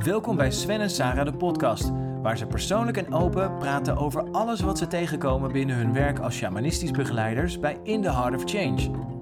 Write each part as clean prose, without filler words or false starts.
Welkom bij Sven en Sarah de podcast, waar ze persoonlijk en open praten over alles wat ze tegenkomen binnen hun werk als shamanistisch begeleiders bij In the Heart of Change.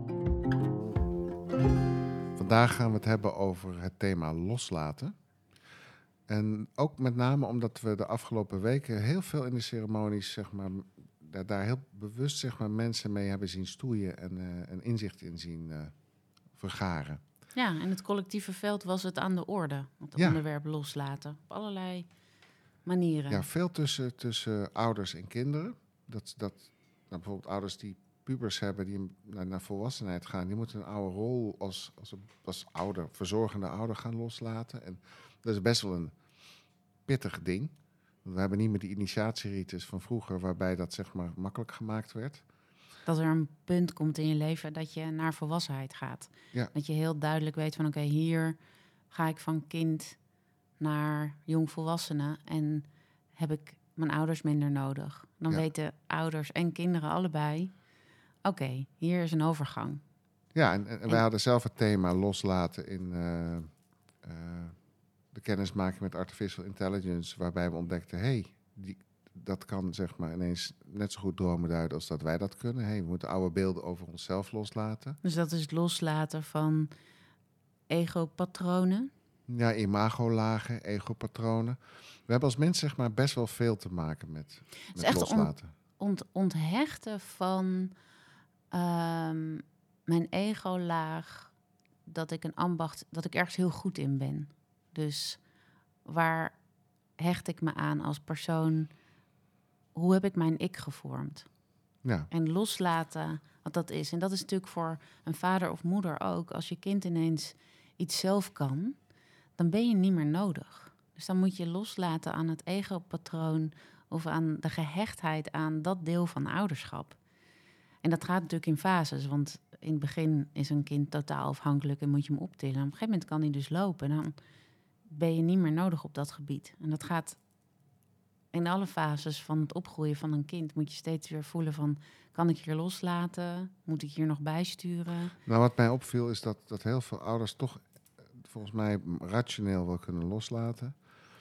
Vandaag gaan we het hebben over het thema loslaten. En ook met name omdat we de afgelopen weken heel veel in de ceremonies, daar heel bewust mensen mee hebben zien stoeien en een inzicht in zien vergaren. Ja, in het collectieve veld was het aan de orde, het onderwerp loslaten. Op allerlei manieren. Ja, veel tussen ouders en kinderen. Bijvoorbeeld ouders die pubers hebben, die naar volwassenheid gaan, die moeten een oude rol als ouder, verzorgende ouder gaan loslaten. En dat is best wel een pittig ding. We hebben niet meer die initiatierites van vroeger, waarbij dat makkelijk gemaakt werd. Dat er een punt komt in je leven dat je naar volwassenheid gaat. Ja. Dat je heel duidelijk weet van oké, hier ga ik van kind naar jongvolwassene en heb ik mijn ouders minder nodig. Dan weten ouders en kinderen allebei, oké, hier is een overgang. Ja, en wij hadden zelf het thema loslaten in de kennismaking met artificial intelligence, waarbij we ontdekten, dat kan ineens net zo goed dromen duiden als dat wij dat kunnen. We moeten oude beelden over onszelf loslaten. Dus dat is het loslaten van ego-patronen. Ja, imagolagen, ego-patronen. We hebben als mens best wel veel te maken met loslaten. Onthechten van mijn ego-laag, dat ik dat ik ergens heel goed in ben. Dus waar hecht ik me aan als persoon? Hoe heb ik mijn ik gevormd? Ja. En loslaten wat dat is. En dat is natuurlijk voor een vader of moeder ook. Als je kind ineens iets zelf kan, dan ben je niet meer nodig. Dus dan moet je loslaten aan het ego-patroon of aan de gehechtheid aan dat deel van ouderschap. En dat gaat natuurlijk in fases, want in het begin is een kind totaal afhankelijk en moet je hem optillen. Op een gegeven moment kan hij dus lopen en dan ben je niet meer nodig op dat gebied. En dat gaat in alle fases van het opgroeien van een kind, moet je steeds weer voelen van, kan ik hier loslaten? Moet ik hier nog bijsturen? Nou, wat mij opviel is dat heel veel ouders toch volgens mij rationeel wel kunnen loslaten.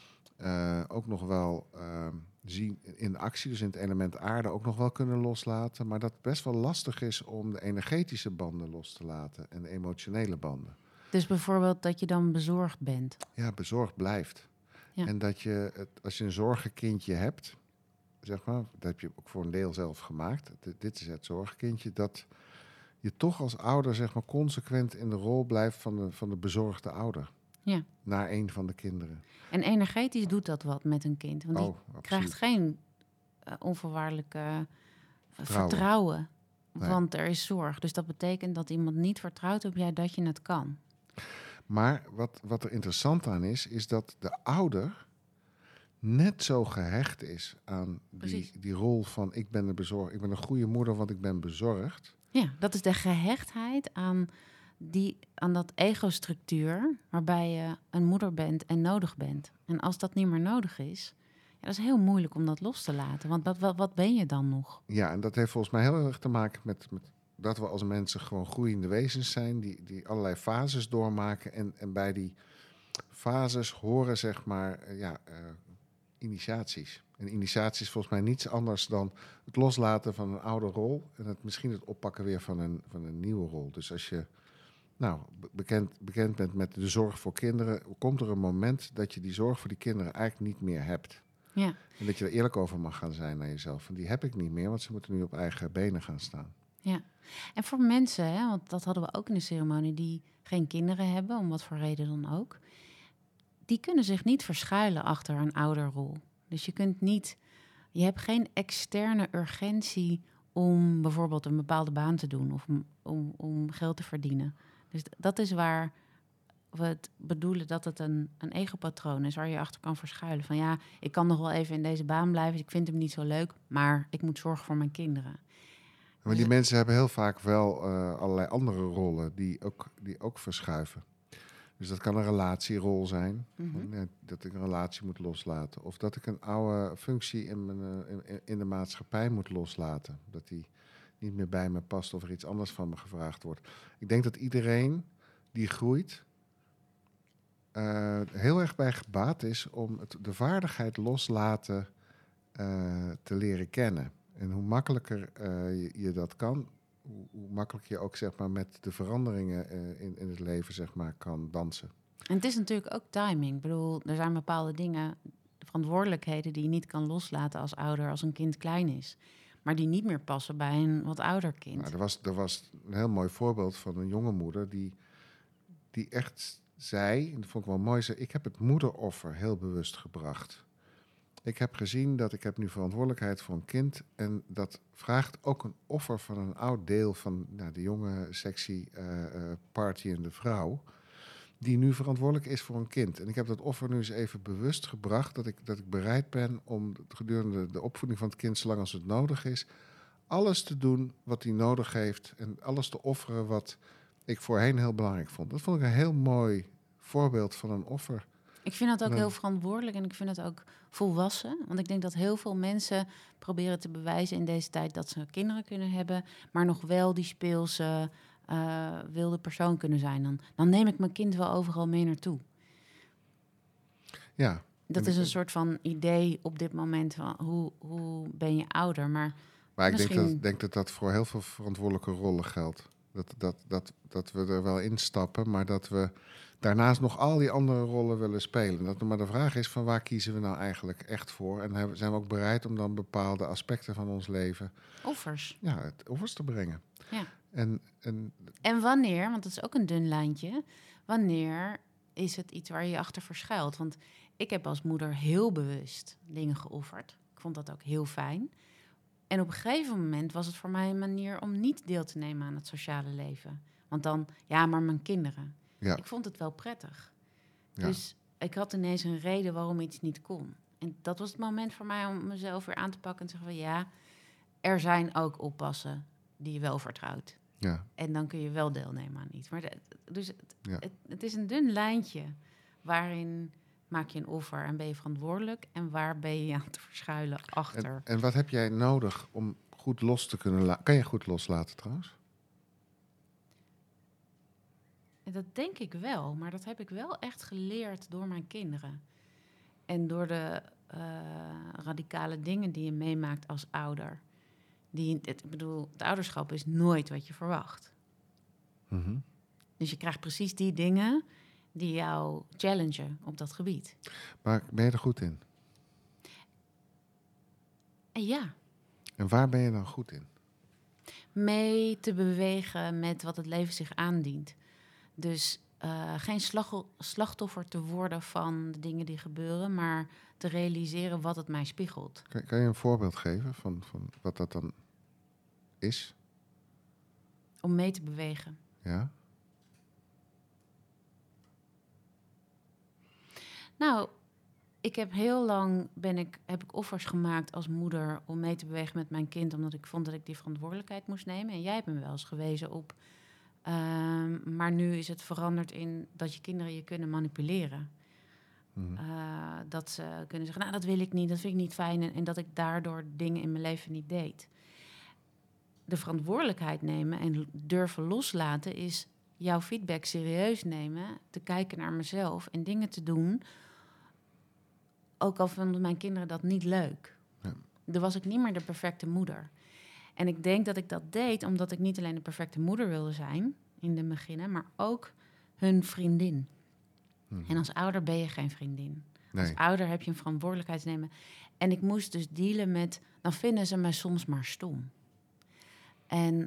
Ook nog wel zien in de actie, dus in het element aarde, ook nog wel kunnen loslaten. Maar dat het best wel lastig is om de energetische banden los te laten en de emotionele banden. Dus bijvoorbeeld dat je dan bezorgd bent. Ja, bezorgd blijft. Ja. En dat je, als je een zorgenkindje hebt, dat heb je ook voor een deel zelf gemaakt. Dit is het zorgenkindje, dat je toch als ouder consequent in de rol blijft van de bezorgde ouder. Ja. Naar een van de kinderen. En energetisch doet dat wat met een kind. Want die krijgt geen onvoorwaardelijke vertrouwen. Nee. Want er is zorg. Dus dat betekent dat iemand niet vertrouwt op jij dat je het kan. Maar wat er interessant aan is dat de ouder net zo gehecht is aan die rol van ik ben een goede moeder, want ik ben bezorgd. Ja, dat is de gehechtheid aan dat ego-structuur waarbij je een moeder bent en nodig bent. En als dat niet meer nodig is, dat is heel moeilijk om dat los te laten. Want wat ben je dan nog? Ja, en dat heeft volgens mij heel erg te maken met dat we als mensen gewoon groeiende wezens zijn, die allerlei fases doormaken. En bij die fases horen initiaties. En initiatie is volgens mij niets anders dan het loslaten van een oude rol en misschien het oppakken weer van een nieuwe rol. Dus als je bekend bent met de zorg voor kinderen, komt er een moment dat je die zorg voor die kinderen eigenlijk niet meer hebt. Ja. En dat je er eerlijk over mag gaan zijn naar jezelf. Van die heb ik niet meer, want ze moeten nu op eigen benen gaan staan. Ja, en voor mensen, want dat hadden we ook in de ceremonie, die geen kinderen hebben, om wat voor reden dan ook, die kunnen zich niet verschuilen achter een ouderrol. Dus je hebt geen externe urgentie om bijvoorbeeld een bepaalde baan te doen of om geld te verdienen. Dus dat is waar we het bedoelen dat het een ego-patroon is waar je achter kan verschuilen. Van ik kan nog wel even in deze baan blijven, ik vind hem niet zo leuk, maar ik moet zorgen voor mijn kinderen. Maar die mensen hebben heel vaak wel allerlei andere rollen die ook verschuiven. Dus dat kan een relatierol zijn. Mm-hmm. Dat ik een relatie moet loslaten. Of dat ik een oude functie in de maatschappij moet loslaten. Dat die niet meer bij me past of er iets anders van me gevraagd wordt. Ik denk dat iedereen die groeit heel erg bij gebaat is om de vaardigheid loslaten te leren kennen. En hoe makkelijker je dat kan, hoe makkelijker je ook zeg maar, met de veranderingen in het leven zeg maar, kan dansen. En het is natuurlijk ook timing. Ik bedoel, er zijn bepaalde dingen, verantwoordelijkheden die je niet kan loslaten als ouder als een kind klein is. Maar die niet meer passen bij een wat ouder kind. Nou, er was een heel mooi voorbeeld van een jonge moeder die echt zei, en dat vond ik wel mooi, zei, ik heb het moederoffer heel bewust gebracht. Ik heb gezien dat ik heb nu verantwoordelijkheid voor een kind en dat vraagt ook een offer van een oud deel van de jonge, sexy, partyende vrouw, die nu verantwoordelijk is voor een kind. En ik heb dat offer nu eens even bewust gebracht, dat ik bereid ben om gedurende de opvoeding van het kind, zolang als het nodig is, alles te doen wat hij nodig heeft en alles te offeren wat ik voorheen heel belangrijk vond. Dat vond ik een heel mooi voorbeeld van een offer. Ik vind dat ook heel verantwoordelijk en ik vind het ook volwassen. Want ik denk dat heel veel mensen proberen te bewijzen in deze tijd dat ze kinderen kunnen hebben, maar nog wel die speelse, wilde persoon kunnen zijn. Dan neem ik mijn kind wel overal mee naartoe. Ja. Dat is een soort van idee op dit moment van hoe ben je ouder. Maar ik denk dat dat voor heel veel verantwoordelijke rollen geldt. Dat we er wel instappen, maar dat we daarnaast nog al die andere rollen willen spelen. Maar de vraag is van waar kiezen we nou eigenlijk echt voor? En zijn we ook bereid om dan bepaalde aspecten van ons leven offers te brengen? Ja. En wanneer, want dat is ook een dun lijntje, wanneer is het iets waar je achter verschuilt? Want ik heb als moeder heel bewust dingen geofferd. Ik vond dat ook heel fijn. En op een gegeven moment was het voor mij een manier om niet deel te nemen aan het sociale leven. Want dan, maar mijn kinderen. Ja. Ik vond het wel prettig. Ja. Dus ik had ineens een reden waarom iets niet kon. En dat was het moment voor mij om mezelf weer aan te pakken en te zeggen van er zijn ook oppassen die je wel vertrouwt. Ja. En dan kun je wel deelnemen aan iets. Maar het is een dun lijntje waarin maak je een offer en ben je verantwoordelijk en waar ben je aan te verschuilen achter. En wat heb jij nodig om goed los te kunnen laten? Kan je goed loslaten trouwens? En dat denk ik wel, maar dat heb ik wel echt geleerd door mijn kinderen. En door de radicale dingen die je meemaakt als ouder. Het ouderschap is nooit wat je verwacht. Mm-hmm. Dus je krijgt precies die dingen die jou challengen op dat gebied. Maar ben je er goed in? En ja. En waar ben je dan goed in? Mee te bewegen met wat het leven zich aandient. Dus geen slachtoffer te worden van de dingen die gebeuren, maar te realiseren wat het mij spiegelt. Kan je een voorbeeld geven van wat dat dan is? Om mee te bewegen. Ja. Nou, ik heb heel lang heb ik offers gemaakt als moeder om mee te bewegen met mijn kind, omdat ik vond dat ik die verantwoordelijkheid moest nemen. En jij hebt me wel eens gewezen op. Maar nu is het veranderd in dat je kinderen je kunnen manipuleren. Mm-hmm. Dat ze kunnen zeggen, dat wil ik niet, dat vind ik niet fijn. En dat ik daardoor dingen in mijn leven niet deed. De verantwoordelijkheid nemen en durven loslaten is jouw feedback serieus nemen, te kijken naar mezelf en dingen te doen. Ook al vonden mijn kinderen dat niet leuk. Ja. Dan was ik niet meer de perfecte moeder. En ik denk dat ik dat deed omdat ik niet alleen de perfecte moeder wilde zijn in de beginnen, maar ook hun vriendin. Mm-hmm. En als ouder ben je geen vriendin. Nee. Als ouder heb je een verantwoordelijkheid te nemen. En ik moest dus dealen met, dan vinden ze mij soms maar stom. En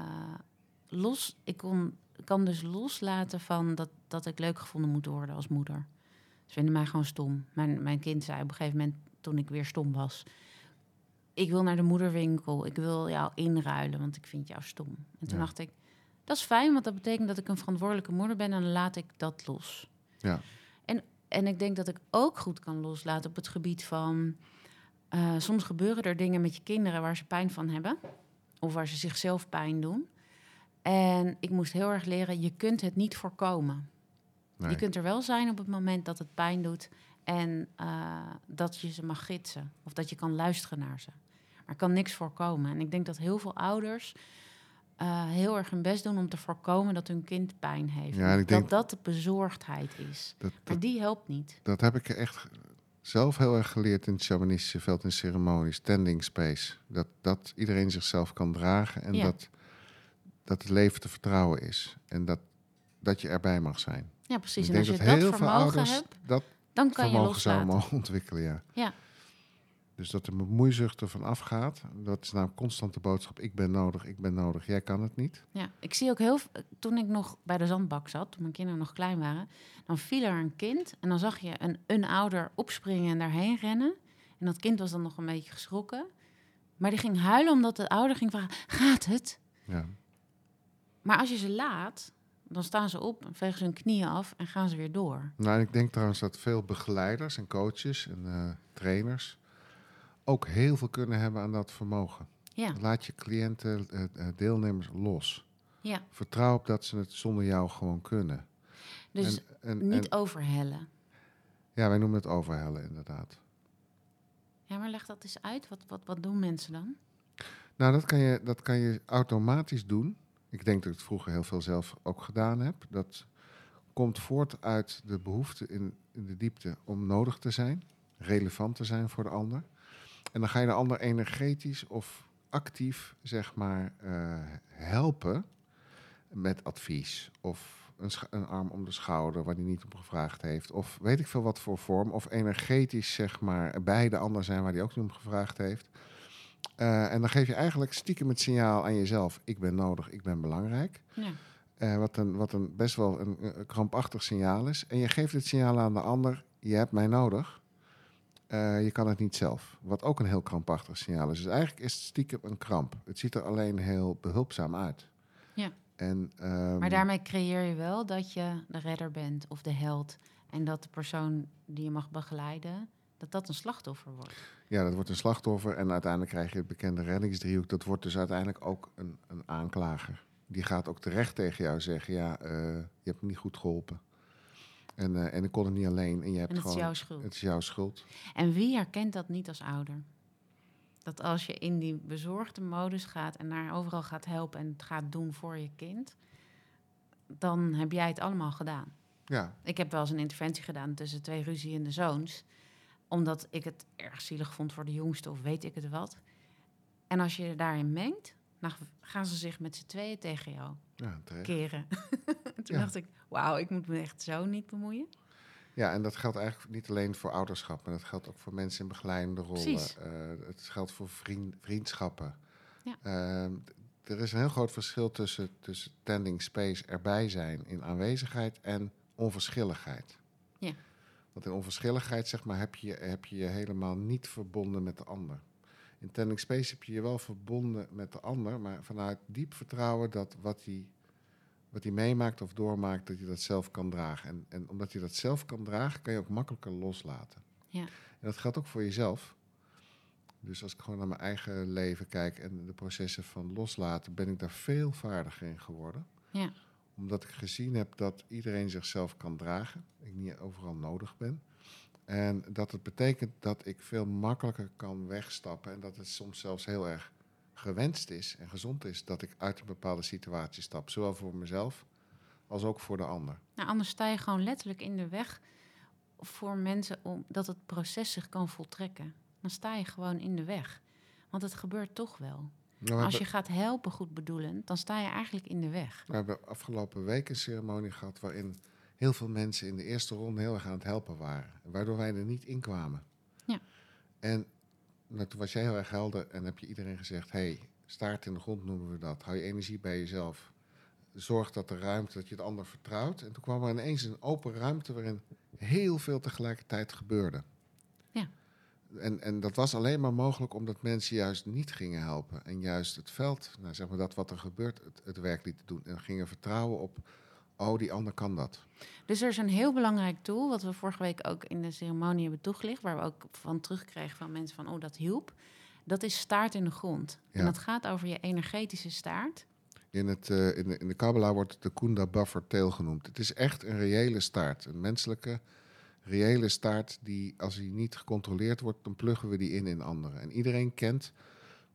ik kan dus loslaten van dat ik leuk gevonden moet worden als moeder. Ze vinden mij gewoon stom. Mijn kind zei op een gegeven moment, toen ik weer stom was, ik wil naar de moederwinkel, ik wil jou inruilen, want ik vind jou stom. En toen dacht ik, dat is fijn, want dat betekent dat ik een verantwoordelijke moeder ben en dan laat ik dat los. Ja. En ik denk dat ik ook goed kan loslaten op het gebied van, soms gebeuren er dingen met je kinderen waar ze pijn van hebben, of waar ze zichzelf pijn doen. En ik moest heel erg leren, je kunt het niet voorkomen. Nee. Je kunt er wel zijn op het moment dat het pijn doet en dat je ze mag gidsen. Of dat je kan luisteren naar ze. Maar er kan niks voorkomen. En ik denk dat heel veel ouders heel erg hun best doen om te voorkomen dat hun kind pijn heeft. Ja, en ik denk dat de bezorgdheid is. Maar die helpt niet. Dat heb ik echt zelf heel erg geleerd in het shamanistische veld en ceremonies. Tending space. Dat iedereen zichzelf kan dragen en dat het leven te vertrouwen is. En dat je erbij mag zijn. Ja, precies. Ik En als denk je dat dat heel veel vermogen ouders hebt, dat dan kan je vermogen zouden loslaten. mogen ontwikkelen, ja. Ja. Dus dat de bemoeizucht ervan afgaat. Dat is nou constant de boodschap. Ik ben nodig, jij kan het niet. Ja, ik zie ook toen ik nog bij de zandbak zat, toen mijn kinderen nog klein waren, dan viel er een kind en dan zag je een ouder opspringen en daarheen rennen. En dat kind was dan nog een beetje geschrokken. Maar die ging huilen omdat de ouder ging vragen, gaat het? Ja. Maar als je ze laat, dan staan ze op, vegen ze hun knieën af en gaan ze weer door. Nou, en ik denk trouwens dat veel begeleiders en coaches en trainers ook heel veel kunnen hebben aan dat vermogen. Ja, Laat je cliënten, deelnemers los. ja. Vertrouw op dat ze het zonder jou gewoon kunnen. Dus niet overhellen. Ja, wij noemen het overhellen inderdaad. Ja, maar leg dat eens uit. Wat doen mensen dan? Nou, dat kan je automatisch doen. Ik denk dat ik het vroeger heel veel zelf ook gedaan heb. Dat komt voort uit de behoefte in de diepte om nodig te zijn. Relevant te zijn voor de ander. En dan ga je de ander energetisch of actief, zeg maar, helpen met advies. Of een arm om de schouder waar hij niet om gevraagd heeft. Of weet ik veel wat voor vorm. Of energetisch, zeg maar, bij de ander zijn waar hij ook niet om gevraagd heeft. En dan geef je eigenlijk stiekem het signaal aan jezelf. Ik ben nodig, ik ben belangrijk. Ja. Wat een best wel een krampachtig signaal is. En je geeft het signaal aan de ander. Je hebt mij nodig. Je kan het niet zelf. Wat ook een heel krampachtig signaal is. Dus eigenlijk is het stiekem een kramp. Het ziet er alleen heel behulpzaam uit. Ja. En, Maar daarmee creëer je wel dat je de redder bent of de held. En dat de persoon die je mag begeleiden, dat een slachtoffer wordt. Ja, dat wordt een slachtoffer. En uiteindelijk krijg je het bekende reddingsdriehoek. Dat wordt dus uiteindelijk ook een aanklager. Die gaat ook terecht tegen jou zeggen, ja, je hebt me niet goed geholpen. En ik kon het niet alleen. En je hebt En het is gewoon, jouw schuld. Het is jouw schuld. En wie herkent dat niet als ouder? Dat als je in die bezorgde modus gaat en naar overal gaat helpen en het gaat doen voor je kind, dan heb jij het allemaal gedaan. Ja, Ik heb wel eens een interventie gedaan tussen 2 ruziende zoons, omdat ik het erg zielig vond voor de jongste of weet ik het wat. En als je je daarin mengt, dan gaan ze zich met z'n tweeën tegen jou ja, terecht. keren. Toen Ja. dacht ik, wauw, ik moet me echt zo niet bemoeien. Ja, en dat geldt eigenlijk niet alleen voor ouderschap, maar dat geldt ook voor mensen in begeleidende rollen. Precies. Het geldt voor vriendschappen. Ja. Er is een heel groot verschil tussen tending space, erbij zijn in aanwezigheid en onverschilligheid. Ja. Want in onverschilligheid, zeg maar, heb je je helemaal niet verbonden met de ander. In tending space heb je je wel verbonden met de ander, maar vanuit diep vertrouwen dat wat hij meemaakt of doormaakt, dat je dat zelf kan dragen. En omdat je dat zelf kan dragen, kan je ook makkelijker loslaten. Ja. En dat geldt ook voor jezelf. Dus als ik gewoon naar mijn eigen leven kijk en de processen van loslaten, ben ik daar veel vaardiger in geworden. Ja. Omdat ik gezien heb dat iedereen zichzelf kan dragen. Ik niet overal nodig ben. En dat het betekent dat ik veel makkelijker kan wegstappen. En dat het soms zelfs heel erg gewenst is en gezond is dat ik uit een bepaalde situatie stap. Zowel voor mezelf als ook voor de ander. Nou, anders sta je gewoon letterlijk in de weg voor mensen dat het proces zich kan voltrekken. Dan sta je gewoon in de weg. Want het gebeurt toch wel. Nou, Als je gaat helpen, goed bedoelend, dan sta je eigenlijk in de weg. We hebben afgelopen week een ceremonie gehad waarin heel veel mensen in de eerste ronde heel erg aan het helpen waren. Waardoor wij er niet in kwamen. Ja. En toen was jij heel erg helder en heb je iedereen gezegd, hey, staart in de grond noemen we dat. Hou je energie bij jezelf. Zorg dat dat je de ander vertrouwt. En toen kwam er ineens een open ruimte waarin heel veel tegelijkertijd gebeurde. Ja. En dat was alleen maar mogelijk omdat mensen juist niet gingen helpen. En juist het veld, nou zeg maar dat wat er gebeurt, het werk lieten doen. En gingen vertrouwen op, oh, die ander kan dat. Dus er is een heel belangrijk tool, wat we vorige week ook in de ceremonie hebben toegelicht, waar we ook van terugkregen van mensen van, oh, dat hielp. Dat is staart in de grond. Ja. En dat gaat over je energetische staart. In de Kabbalah wordt het de Kunda Buffer Tail genoemd. Het is echt een reële staart. Een menselijke, reële staart die, als die niet gecontroleerd wordt, dan pluggen we die in anderen. En iedereen kent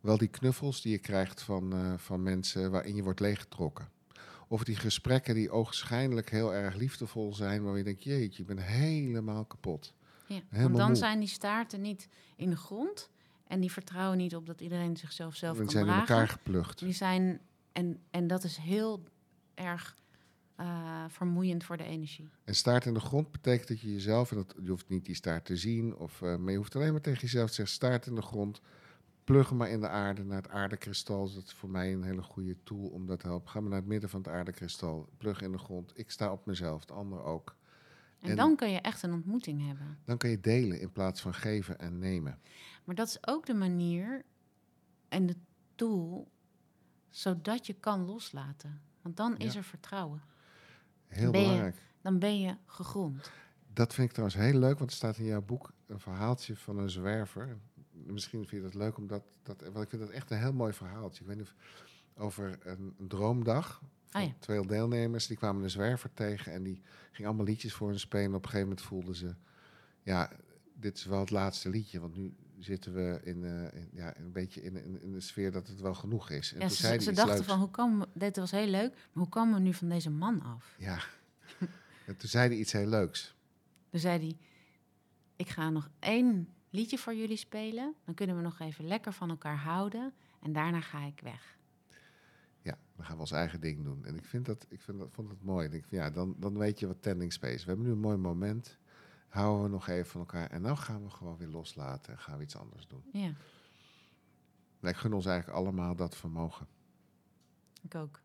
wel die knuffels die je krijgt van mensen waarin je wordt leeggetrokken. Of die gesprekken die ogenschijnlijk heel erg liefdevol zijn, waar je denkt, jeetje, ik ben helemaal kapot. Ja, Helemaal want dan moe. zijn die staarten niet in de grond. En die vertrouwen niet op dat iedereen zichzelf zelf Die kan zijn in dragen. elkaar geplucht. Die zijn, en dat is heel erg vermoeiend voor de energie. En staart in de grond betekent dat je jezelf, en je hoeft niet die staart te zien, maar je hoeft alleen maar tegen jezelf te zeggen, staart in de grond, plug hem maar in de aarde, naar het aardekristal. Dat is voor mij een hele goede tool om dat te helpen. Ga maar naar het midden van het aardekristal, plug in de grond. Ik sta op mezelf, de ander ook. En dan kun je echt een ontmoeting hebben. Dan kun je delen in plaats van geven en nemen. Maar dat is ook de manier en de tool zodat je kan loslaten. Want dan is Ja. er vertrouwen. Heel Ben je- belangrijk. Dan ben je gegrond. Dat vind ik trouwens heel leuk, want er staat in jouw boek een verhaaltje van een zwerver. Misschien vind je dat leuk, want ik vind dat echt een heel mooi verhaaltje. Ik weet niet of over een droomdag van Ah ja. 2 deelnemers. Die kwamen een zwerver tegen en die ging allemaal liedjes voor hen spelen. Op een gegeven moment voelden ze, ja, dit is wel het laatste liedje, want nu zitten we een beetje in de sfeer dat het wel genoeg is. En Ja, toen zei ze hij iets dachten leuks. van, dit was heel leuk, maar hoe komen we nu van deze man af? Ja, en toen zei hij iets heel leuks. Toen zei hij, ik ga nog 1 liedje voor jullie spelen. Dan kunnen we nog even lekker van elkaar houden. En daarna ga ik weg. Ja, dan gaan we ons eigen ding doen. En vond het mooi. Ik denk van, ja, dan weet je wat tending space. We hebben nu een mooi moment. Houden we nog even van elkaar. En nou gaan we gewoon weer loslaten en gaan we iets anders doen. Ja, En ik gun ons eigenlijk allemaal dat vermogen. ik ook.